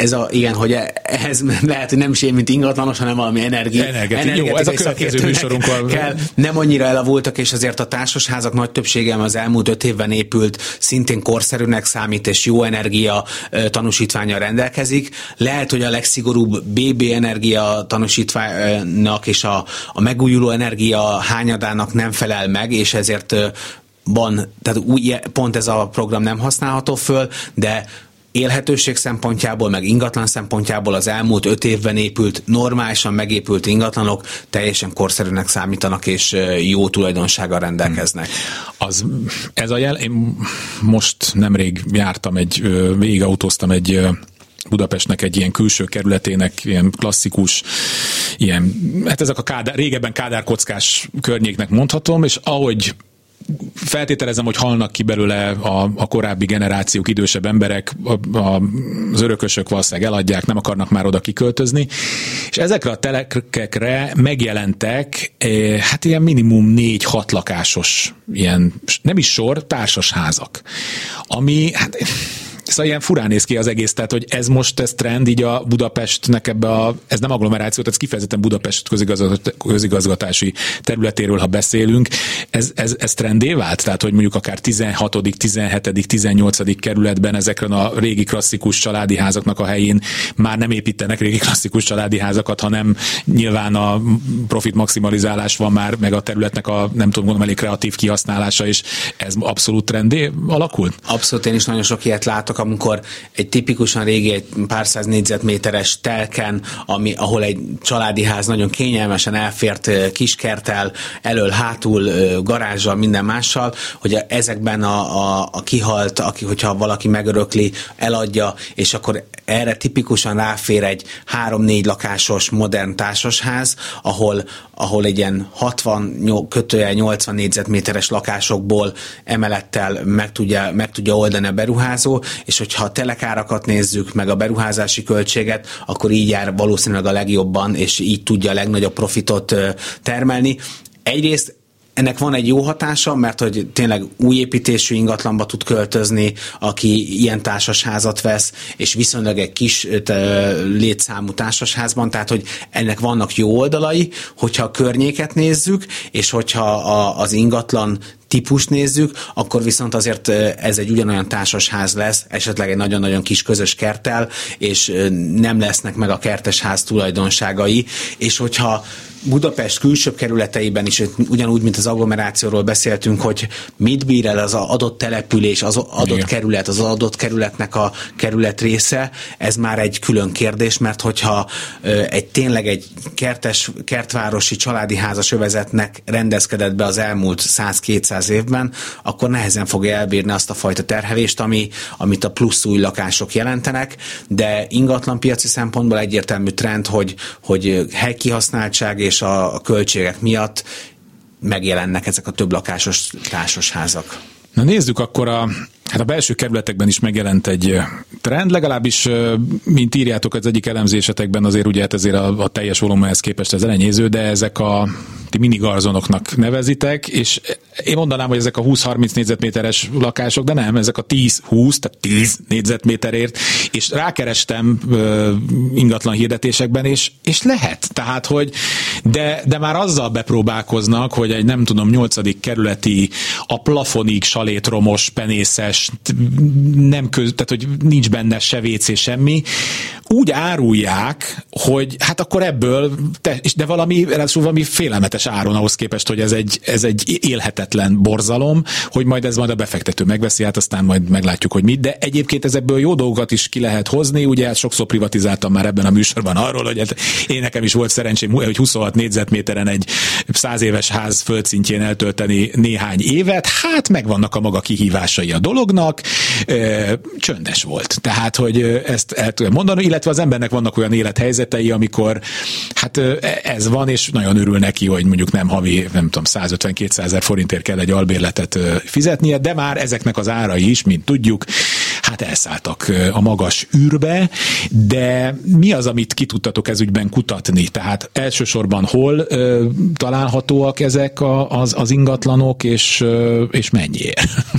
ez a, igen, hogy ehhez lehet, hogy nem is én, mint ingatlanos, hanem valami energia. Energetikai. Jó, ez a következő műsorunkkal. Kell. Nem annyira elavultak, és azért a társasházak nagy többsége az elmúlt öt évben épült, szintén korszerűnek számít, és jó energia tanúsítvánnyal rendelkezik. Lehet, hogy a legszigorúbb bé bé energia tanúsítványnak és a, a megújuló energia hányadának nem felel meg, és ezért van, tehát úgy, pont ez a program nem használható föl, de élhetőség szempontjából, meg ingatlan szempontjából az elmúlt öt évben épült, normálisan megépült ingatlanok teljesen korszerűnek számítanak, és jó tulajdonsággal rendelkeznek. Az, ez a jel, én most nemrég jártam egy, végigautóztam egy Budapestnek egy ilyen külső kerületének, ilyen klasszikus, ilyen, hát ezek a Kádár, régebben kádárkockás környéknek mondhatom, és ahogy feltételezem, hogy halnak ki belőle a, a korábbi generációk, idősebb emberek, a, a, az örökösök valószínűleg eladják, nem akarnak már oda kiköltözni, és ezekre a telekekre megjelentek eh, hát ilyen minimum négy-hat lakásos, ilyen, nem is sor, társas házak, ami hát szóval ilyen furán néz ki az egész, tehát hogy ez most, ez trend így a Budapestnek ebbe a, ez nem agglomeráció, tehát ez kifejezetten Budapest közigazgatási területéről, ha beszélünk, ez, ez, ez trendé vált? Tehát, hogy mondjuk akár tizenhatodik, tizenhetedik, tizennyolcadik kerületben ezekren a régi klasszikus családi házaknak a helyén már nem építenek régi klasszikus családi házakat, hanem nyilván a profit maximalizálás van már, meg a területnek a nem tudom mondom elég kreatív kihasználása, és ez abszolút trendé alakult? Abszolút, én is nagyon sok ilyet látok, amikor egy tipikusan régi, egy pár száz négyzetméteres telken, ami, ahol egy családi ház nagyon kényelmesen elfért kiskerttel, elől, hátul, garázsal, minden mással, hogy ezekben a, a, a kihalt, aki, hogyha valaki megörökli, eladja, és akkor erre tipikusan ráfér egy három-négy lakásos modern társasház, ahol, ahol egy ilyen hatvan kötőjel nyolcvan négyzetméteres lakásokból emelettel meg tudja, meg tudja oldani a beruházó, és hogyha a telekárakat nézzük, meg a beruházási költséget, akkor így jár valószínűleg a legjobban, és így tudja a legnagyobb profitot termelni. Egyrészt ennek van egy jó hatása, mert hogy tényleg új építésű ingatlanba tud költözni, aki ilyen társasházat vesz, és viszonylag egy kis létszámú társasházban, tehát hogy ennek vannak jó oldalai, hogyha a környéket nézzük, és hogyha a, az ingatlan típust nézzük, akkor viszont azért ez egy ugyanolyan társasház lesz, esetleg egy nagyon-nagyon kis közös kerttel, és nem lesznek meg a kertesház tulajdonságai, és hogyha Budapest külsőbb kerületeiben is, ugyanúgy, mint az agglomerációról beszéltünk, hogy mit bír el az adott település, az adott Igen. kerület, az adott kerületnek a kerület része, ez már egy külön kérdés, mert hogyha egy tényleg egy kertes, kertvárosi családi házas övezetnek rendezkedett be az elmúlt száz-kétszáz évben, akkor nehezen fogja elbírni azt a fajta terhelést, ami, amit a plusz új lakások jelentenek, de ingatlanpiaci szempontból egyértelmű trend, hogy, hogy helykihasználtság és a költségek miatt megjelennek ezek a több lakásos társasházak. Na nézzük akkor a, hát a belső kerületekben is megjelent egy trend, legalábbis, mint írjátok az egyik elemzésetekben, azért ugye hát ezért a, a teljes volumenhez képest ez elenyéző, de ezek a ti minigarzonoknak nevezitek, és én mondanám, hogy ezek a húsz-harminc négyzetméteres lakások, de nem, ezek a tíz-húsz, tehát tíz négyzetméterért, és rákerestem uh, ingatlan hirdetésekben, és, és lehet, tehát, hogy de, de már azzal bepróbálkoznak, hogy egy nem tudom, nyolcadik kerületi, a plafonig salétromos, penészes, nem köz, tehát, hogy nincs benne se vécé, semmi, úgy árulják, hogy hát akkor ebből, te, de valami, valami félelmetes áron ahhoz képest, hogy ez egy, ez egy élhetetlen borzalom, hogy majd ez majd a befektető megveszi, hát aztán majd meglátjuk, hogy mit, de egyébként ez ebből jó dolgokat is ki lehet hozni, ugye sokszor privatizáltam már ebben a műsorban arról, hogy hát én nekem is volt szerencsém, hogy huszonhat négyzetméteren egy száz éves ház földszintjén eltölteni néhány évet, hát megvannak a maga kihívásai a dolognak, csöndes volt. Tehát, hogy ezt el tudom mondani, illetve az embernek vannak olyan élethelyzetei, amikor hát ez van, és nagyon örül neki, hogy mondjuk nem havi, nem tudom, százötven-kétszázezer forintért kell egy albérletet fizetnie, de már ezeknek az árai is, mint tudjuk, hát elszálltak a magas űrbe, de mi az, amit ki tudtatok ez ügyben kutatni? Tehát elsősorban hol ö, találhatóak ezek a, az, az ingatlanok, és, ö, és mennyiért?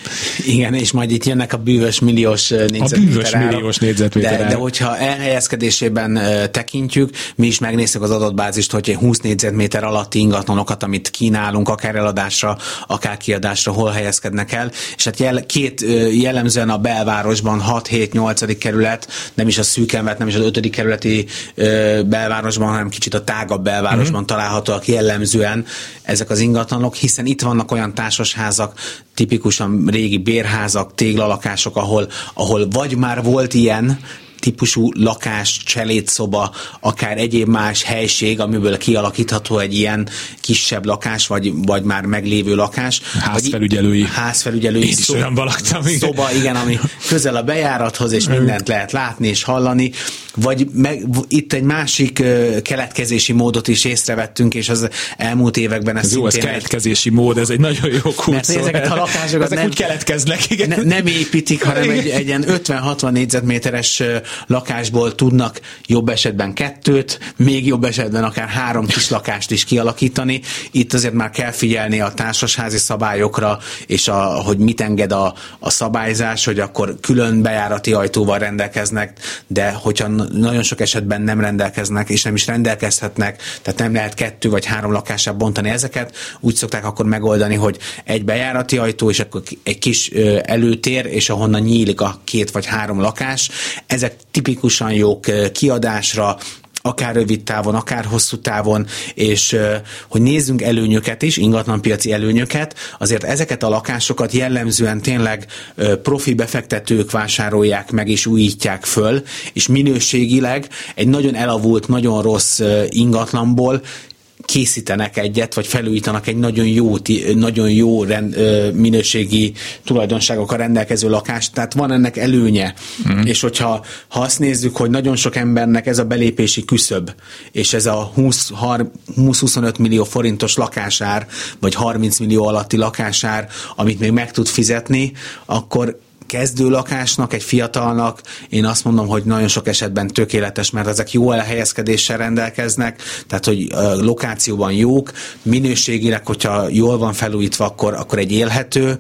Igen, és majd itt jönnek a bűvös milliós négyzetméter. A bűvös milliós négyzetméter. De, de hogyha elhelyezkedésében tekintjük, mi is megnézzük az adatbázist, hogy húsz négyzetméter alatti ingatlanokat, amit kínálunk, akár eladásra, akár kiadásra, hol helyezkednek el. És hát jel, két jellemzően a belvárosban hat hét nyolcadik kerület, nem is a szűkenvet, nem is az ötödik kerületi belvárosban, hanem kicsit a tágabb belvárosban mm-hmm. találhatóak jellemzően ezek az ingatlanok, hiszen itt vannak olyan társasházak, tipikusan régi bérházak, téglalakások, ahol, ahol vagy már volt ilyen típusú lakás, cselédszoba, akár egyéb más helység, amiből kialakítható egy ilyen kisebb lakás, vagy, vagy már meglévő lakás. Házfelügyelői. Házfelügyelői. Én is olyan laktam. Szoba, igen, ami közel a bejárathoz, és mindent lehet látni és hallani. Vagy meg, itt egy másik uh, keletkezési módot is észrevettünk, és az elmúlt években ez, ez jó, ez keletkezési egy... mód, ez egy nagyon jó kulcs. Mert ezeket a lakásokat ezek nem, úgy keletkeznek, igen. Ne, nem építik, hanem egy, egy ilyen ötven-hatvan négyzetméteres lakásból tudnak jobb esetben kettőt, még jobb esetben akár három kis lakást is kialakítani. Itt azért már kell figyelni a társasházi szabályokra, és a, hogy mit enged a, a szabályzás, hogy akkor külön bejárati ajtóval rendelkeznek, de hogyha nagyon sok esetben nem rendelkeznek, és nem is rendelkezhetnek, tehát nem lehet kettő vagy három lakásra bontani ezeket, úgy szokták akkor megoldani, hogy egy bejárati ajtó, és akkor egy kis előtér, és ahonnan nyílik a két vagy három lakás. Ezek tipikusan jók kiadásra, akár rövid távon, akár hosszú távon, és hogy nézzünk előnyöket is, ingatlanpiaci előnyöket, azért ezeket a lakásokat jellemzően tényleg profi befektetők vásárolják meg és újítják föl, és minőségileg egy nagyon elavult, nagyon rossz ingatlanból készítenek egyet, vagy felújítanak egy nagyon jó, nagyon jó rend, minőségi tulajdonságokkal rendelkező lakást, tehát van ennek előnye. Mm. És hogyha ha azt nézzük, hogy nagyon sok embernek ez a belépési küszöb, és ez a húsz-huszonöt millió forintos lakásár, vagy harminc millió alatti lakásár, amit még meg tud fizetni, akkor kezdő lakásnak, egy fiatalnak én azt mondom, hogy nagyon sok esetben tökéletes, mert ezek jó elhelyezkedéssel rendelkeznek, tehát hogy lokációban jók, minőségileg, hogyha jól van felújítva, akkor, akkor egy élhető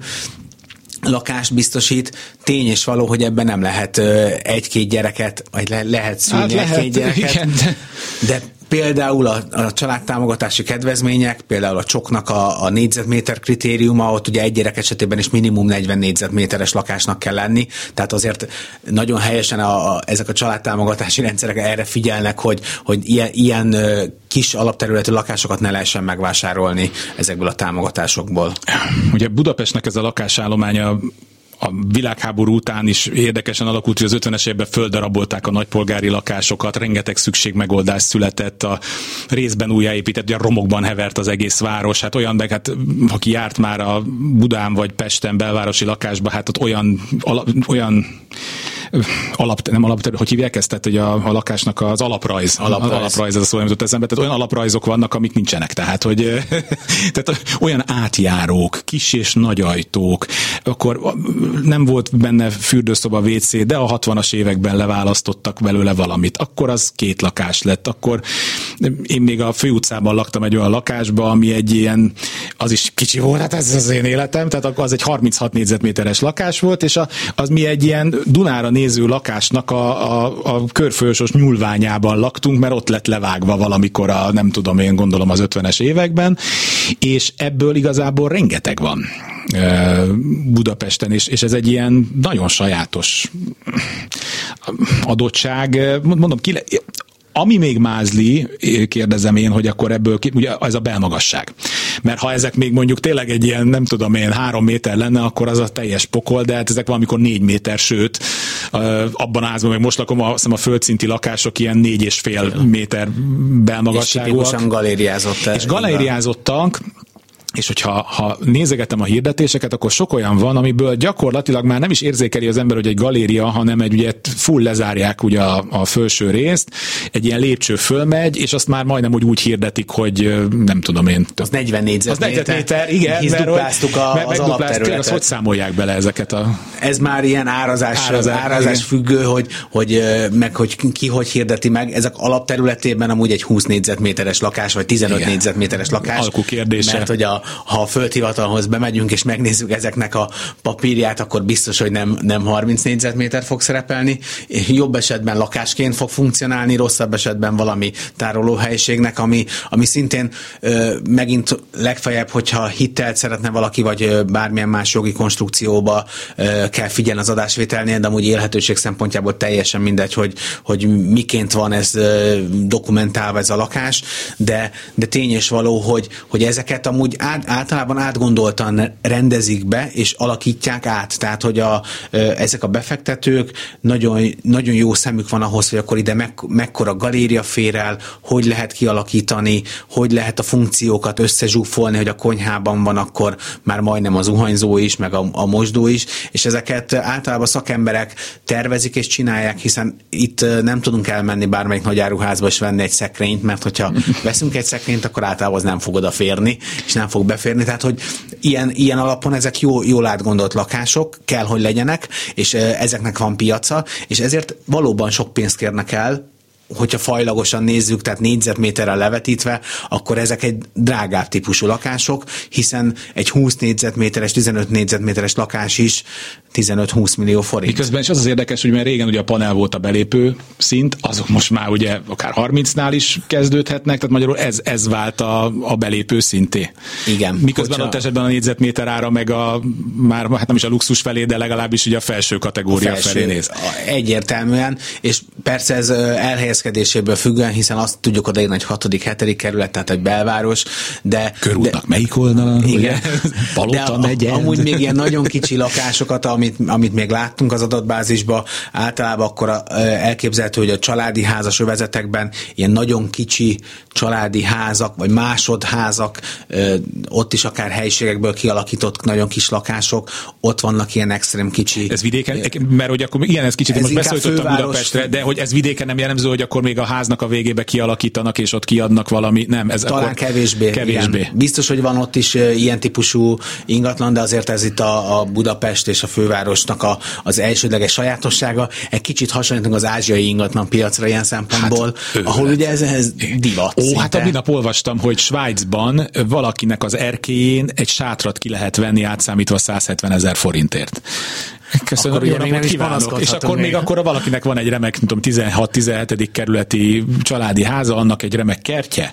lakást biztosít. Tény és való, hogy ebben nem lehet egy-két gyereket, vagy le, lehet szülni hát egy-két gyereket, igen, de... de például a, a családtámogatási kedvezmények, például a csoknak a, a négyzetméter kritériuma, ott ugye egy gyerek esetében is minimum negyven négyzetméteres lakásnak kell lenni, tehát azért nagyon helyesen a, a, ezek a családtámogatási rendszerek erre figyelnek, hogy, hogy ilyen, ilyen kis alapterületű lakásokat ne lehessen megvásárolni ezekből a támogatásokból. Ugye Budapestnek ez a lakásállománya a világháború után is érdekesen alakult, hogy az ötvenes években földarabolták a nagypolgári lakásokat, rengeteg szükségmegoldás született, a részben újjáépített, ugye a romokban hevert az egész város, hát olyan, de hát aki járt már a Budán vagy Pesten belvárosi lakásba, hát ott olyan, olyan alap, nem alapterület, hogy hívják ezt? Tehát, hogy a, a lakásnak az alaprajz, alaprajz. Az alaprajz, ez a szó nem jutott eszembe, tehát olyan alaprajzok vannak, amik nincsenek, tehát, hogy tehát olyan átjárók, kis és nagy ajtók, akkor nem volt benne fürdőszoba, vé cé, de a hatvanas években leválasztottak belőle valamit, akkor az két lakás lett, akkor én még a főutcában laktam egy olyan lakásba, ami egy ilyen, az is kicsi volt, hát ez az én életem, tehát az egy harminchat négyzetméteres lakás volt, és a, az mi egy ilyen Dunára néző lakásnak a, a, a körfolyosos nyúlványában laktunk, mert ott lett levágva valamikor a, nem tudom, én gondolom az ötvenes években, és ebből igazából rengeteg van Budapesten, és, és ez egy ilyen nagyon sajátos adottság. Mondom, ki le, ami még mázli, kérdezem én, hogy akkor ebből, ugye ez a belmagasság. Mert ha ezek még mondjuk tényleg egy ilyen, nem tudom én, három méter lenne, akkor az a teljes pokol, de hát ezek valamikor négy méter, sőt, abban a házban, meg most lakom, azt hiszem a földszinti lakások ilyen négy és fél méter belmagasságúak. És tipikusan galériázottak. És galériázottak, és hogyha ha nézegetem a hirdetéseket, akkor sok olyan van, amiből gyakorlatilag már nem is érzékeli az ember, hogy egy galéria, hanem egy ugye full lezárják ugye a, a felső részt, egy ilyen lépcső fölmegy, és azt már majdnem úgy, úgy hirdetik, hogy nem tudom én. Az negyven négyzetméter. Az negyven méter, igen. Hisz dupláztuk a, mert az alapterületet. Azt hogy számolják bele ezeket a... Ez már ilyen árazás, árazás, árazás függő, hogy, hogy meg hogy ki hogy hirdeti meg. Ezek alapterületében amúgy egy húsz négyzetméteres lakás, vagy tizenöt igen. négyzetméteres lakás. Alkú kérdése. Mert hogy a ha a földhivatalhoz bemegyünk és megnézzük ezeknek a papírját, akkor biztos, hogy nem, nem harminc négyzetméter fog szerepelni. Jobb esetben lakásként fog funkcionálni, rosszabb esetben valami tárolóhelyiségnek, ami, ami szintén ö, megint legfeljebb, hogyha hitelt szeretne valaki, vagy ö, bármilyen más jogi konstrukcióba ö, kell figyelni az adásvételnél, de amúgy élhetőség szempontjából teljesen mindegy, hogy, hogy miként van ez ö, dokumentálva ez a lakás, de, de tény és való, hogy, hogy ezeket amúgy át, általában átgondoltan rendezik be, és alakítják át. Tehát, hogy a, ö, ezek a befektetők nagyon, nagyon jó szemük van ahhoz, hogy akkor ide meg, mekkora galéria fér el, hogy lehet kialakítani, hogy lehet a funkciókat összezsúfolni, hogy a konyhában van akkor már majdnem a zuhanyzó is, meg a, a mosdó is, és ezeket általában szakemberek tervezik és csinálják, hiszen itt nem tudunk elmenni bármelyik nagy áruházba és venni egy szekrényt, mert hogyha veszünk egy szekrényt, akkor általában az nem fog odaférni, és nem fog beférni, tehát hogy ilyen, ilyen alapon ezek jó, jól átgondolt lakások, kell, hogy legyenek, és ezeknek van piaca, és ezért valóban sok pénzt kérnek el, hogyha fajlagosan nézzük, tehát négyzetméterrel levetítve, akkor ezek egy drágább típusú lakások, hiszen egy húsz négyzetméteres, tizenöt négyzetméteres lakás is tizenöt-húsz millió forint. Miközben is az az érdekes, hogy mert régen ugye a panel volt a belépő szint, azok most már ugye akár harmincnál is kezdődhetnek, tehát magyarul ez, ez vált a, a belépő szinté. Igen. Miközben hogyha... ott esetben a négyzetméter ára meg a, már hát nem is a luxus felé, de legalábbis ugye a felső kategória a felső, felé néz. Egyértelműen, és persze ez elhelyezkedéséből függően, hiszen azt tudjuk odaírni, hogy hatodik, hetedik kerület, tehát egy belváros, de... Körútnak de, melyik oldalon? Igen. Palota de a, amúgy még ilyen nagyon kicsi lakásokat, amit, amit még láttunk az adatbázisban, általában akkor elképzelhető, hogy a családi házas övezetekben ilyen nagyon kicsi családi házak, vagy másodházak, ott is akár helyiségekből kialakított nagyon kis lakások, ott vannak ilyen extrém kicsi. Ez vidéken, mert hogy akkor igen, ez kicsit, ez most beszéltottam Budapestre, de hogy ez vidéken nem jellemző, hogy akkor még a háznak a végébe kialakítanak, és ott kiadnak valami, nem, ez talán akkor kevésbé. kevésbé. Igen. Biztos, hogy van ott is ilyen típusú ingatlan, de azért ez itt a, a Budapest és a fővárosnak a, az elsődleges sajátossága. Egy kicsit hasonlítunk az ázsiai ingatlan piacra ilyen szempontból, hát, ahol ugye ez, ez divat. Ó, szinte. Hát a minap olvastam, hogy Svájcban valakinek az erkélyén egy sátrat ki lehet venni átszámítva száz hetven ezer forintért. Köszönöm, akkor jó napot kívánok. És akkor még, még akkor valakinek van egy remek, nem tudom, tizenhat-tizenhetedik kerületi családi háza, annak egy remek kertje.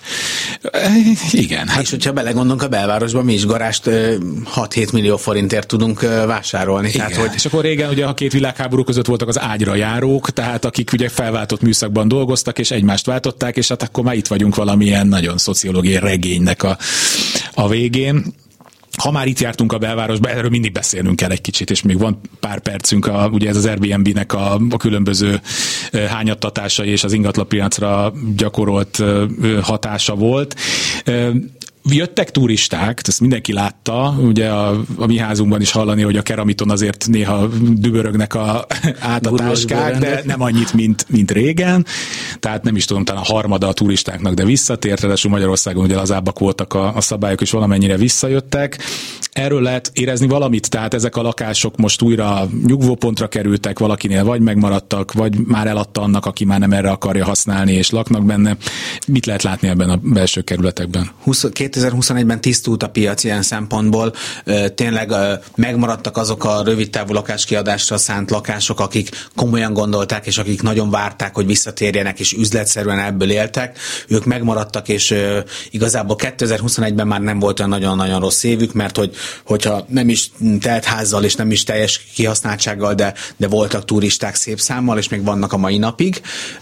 Igen. Hát... És hogyha belegondolunk a belvárosban, mi is garást hat-hét millió forintért tudunk vásárolni. Igen. Tehát, hogy... És akkor régen ugye a két világháború között voltak az ágyra járók, tehát akik ugye felváltott műszakban dolgoztak, és egymást váltották, és hát akkor már itt vagyunk valamilyen nagyon szociológiai regénynek a, a végén. Ha már itt jártunk a belvárosba, erről mindig beszélnünk kell egy kicsit, és még van pár percünk, a, ugye ez az Airbnb-nek a, a különböző hányattatásai és az ingatlanpiacra gyakorolt hatása volt. Jöttek turisták, ezt mindenki látta, ugye a, a mi házunkban is hallani, hogy a keramiton azért néha dübörögnek a, át a táskák, de nem annyit, mint, mint régen. Tehát nem is tudom, talán a harmada a turistáknak, de visszatért, ráadásul Magyarországon ugye lazábbak voltak a, a szabályok, és valamennyire visszajöttek. Erről lehet érezni valamit, tehát ezek a lakások most újra nyugvópontra kerültek, valakinél vagy megmaradtak, vagy már eladta annak, aki már nem erre akarja használni, és laknak benne. Mit lehet látni ebben a belső kerületekben? kétezer-huszonegyben tisztult a piac ilyen szempontból. Tényleg megmaradtak azok a rövidtávú lakáskiadásra szánt lakások, akik komolyan gondolták, és akik nagyon várták, hogy visszatérjenek, és üzletszerűen ebből éltek. Ők megmaradtak, és igazából kétezer-huszonegyben már nem volt olyan nagyon-nagyon rossz évük, mert hogy, hogyha nem is telt házzal, és nem is teljes kihasználtsággal, de, de voltak turisták szép számmal, és még vannak a mai napig.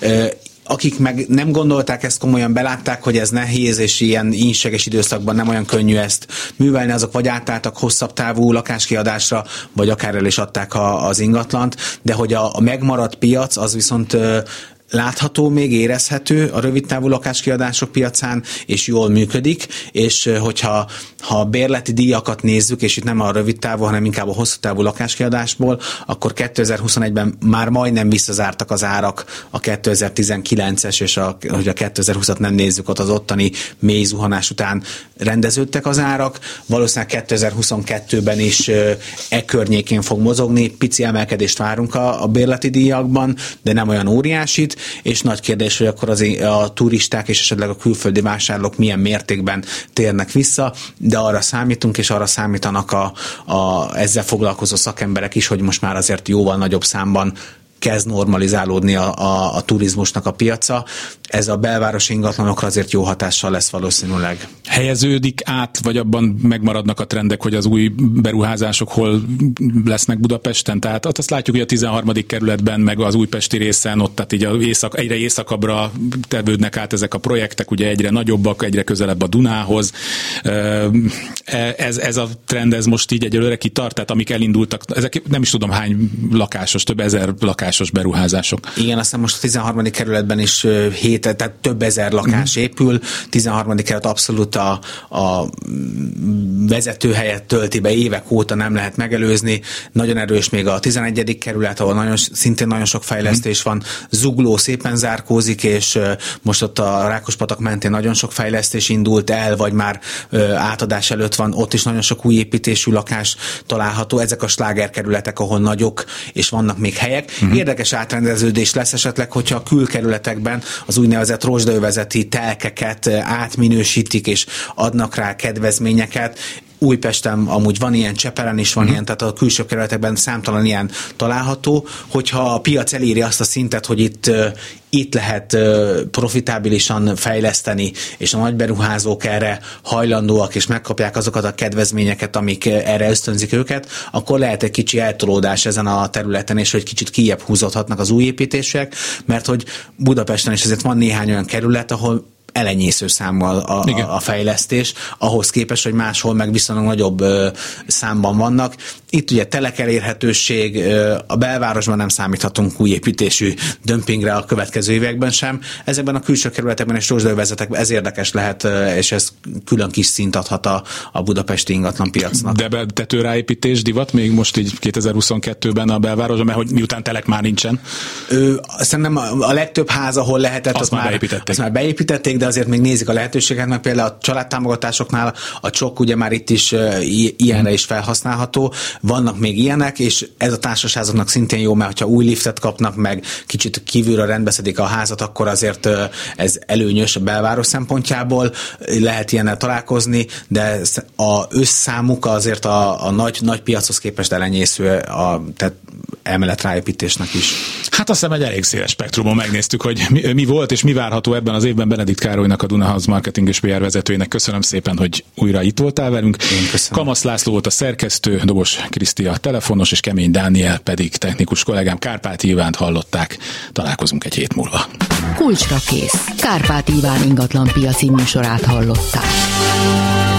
Akik meg nem gondolták ezt komolyan, belátták, hogy ez nehéz, és ilyen ínseges időszakban nem olyan könnyű ezt művelni, azok vagy átálltak hosszabb távú lakáskiadásra, vagy akár el is adták a, az ingatlant, de hogy a, a megmaradt piac, az viszont látható, még érezhető a rövidtávú lakáskiadások piacán, és jól működik, és hogyha ha bérleti díjakat nézzük, és itt nem a rövidtávú, hanem inkább a hosszú távú lakáskiadásból, akkor kétezer-huszonegyben már majdnem visszazártak az árak a kétezer-tizenkilences, és a, hogy a kétezer-húszat nem nézzük, ott az ottani mély zuhanás után rendeződtek az árak. Valószínűleg kétezer-huszonkettőben is e környékén fog mozogni, pici emelkedést várunk a, a bérleti díjakban, de nem olyan óriásit, és nagy kérdés, hogy akkor az, a turisták és esetleg a külföldi vásárlók milyen mértékben térnek vissza, de arra számítunk, és arra számítanak a, a ezzel foglalkozó szakemberek is, hogy most már azért jóval nagyobb számban kezd normalizálódni a, a, a turizmusnak a piaca. Ez a belvárosi ingatlanokra azért jó hatással lesz valószínűleg. Helyeződik át, vagy abban megmaradnak a trendek, hogy az új beruházások hol lesznek Budapesten? Tehát azt látjuk, hogy a tizenharmadik kerületben, meg az újpesti részen ott, tehát így a észak, egyre északabbra tevődnek át ezek a projektek, ugye egyre nagyobbak, egyre közelebb a Dunához. Ez, ez a trend, ez most így egyelőre kitart, tehát amik elindultak, ezek nem is tudom hány lakásos, több ezer lakásos beruházások. Igen, aztán most a tizenharmadik kerületben is hét, tehát több ezer lakás mm. épül, tizenharmadik kerület abszolút a, a vezetőhelyet tölti be, évek óta nem lehet megelőzni, nagyon erős még a tizenegyedik kerület, ahol nagyon, szintén nagyon sok fejlesztés mm. van, Zugló szépen zárkózik, és most ott a Rákospatak mentén nagyon sok fejlesztés indult el, vagy már átadás előtt van, ott is nagyon sok új építésű lakás található, ezek a slágerkerületek, ahol nagyok, és vannak még helyek. Mm. Érdekes átrendeződés lesz esetleg, hogyha a külkerületekben az úgynevezett rozsdaövezeti telkeket átminősítik, és adnak rá kedvezményeket. Újpesten amúgy van ilyen, Csepelen is van uh-huh. ilyen, tehát a külső kerületekben számtalan ilyen található, hogyha a piac eléri azt a szintet, hogy itt, itt lehet profitábilisan fejleszteni, és a nagy beruházók erre hajlandóak, és megkapják azokat a kedvezményeket, amik erre ösztönzik őket, akkor lehet egy kicsi eltolódás ezen a területen, és hogy kicsit kijebb húzódhatnak az új építések, mert hogy Budapesten is azért van néhány olyan kerület, ahol elenyésző számmal a, a, a fejlesztés, ahhoz képest, hogy máshol meg viszonylag nagyobb ö, számban vannak. Itt ugye telek elérhetőség, ö, a belvárosban nem számíthatunk új építésű dömpingre a következő években sem. Ezekben a külső kerületekben és rozsdaövezetekben ez érdekes lehet, ö, és ez külön kis szint adhat a, a budapesti ingatlanpiacnak. De tetőráépítés divat még most így kétezer-huszonkettőben a belvárosban, mert hogy miután telek már nincsen? Ö, szerintem a, a legtöbb ház, ahol lehetett, azt, azt, már, beépítették. azt már beépítették, de azért még nézik a lehetőséget, meg például a családtámogatásoknál a csok ugye már itt is uh, ilyenre is felhasználható. Vannak még ilyenek, és ez a társasházaknak szintén jó, mert ha új liftet kapnak, meg kicsit kívülről rendbeszedik a házat, akkor azért uh, ez előnyös a belváros szempontjából. Lehet ilyennel találkozni, de a összszámuk azért a, a nagy, nagy piachoz képest elenyésző, a, tehát emeletráépítésnek is. Hát azt hiszem egy elég széles spektrumon megnéztük, hogy mi, mi volt és mi várható ebben az évben. Benedikt Károlynak, a Dunahouse marketing és pé er vezetőjének köszönöm szépen, hogy újra itt voltál velünk. Kamasz László volt a szerkesztő, Dobos Kriszti a telefonos, és Kemény Dániel pedig technikus kollégám. Kárpát Ivánt hallották. Találkozunk egy hét múlva. Kulcsra kész. Kárpát Iván ingatlan piaci műsorát hallották.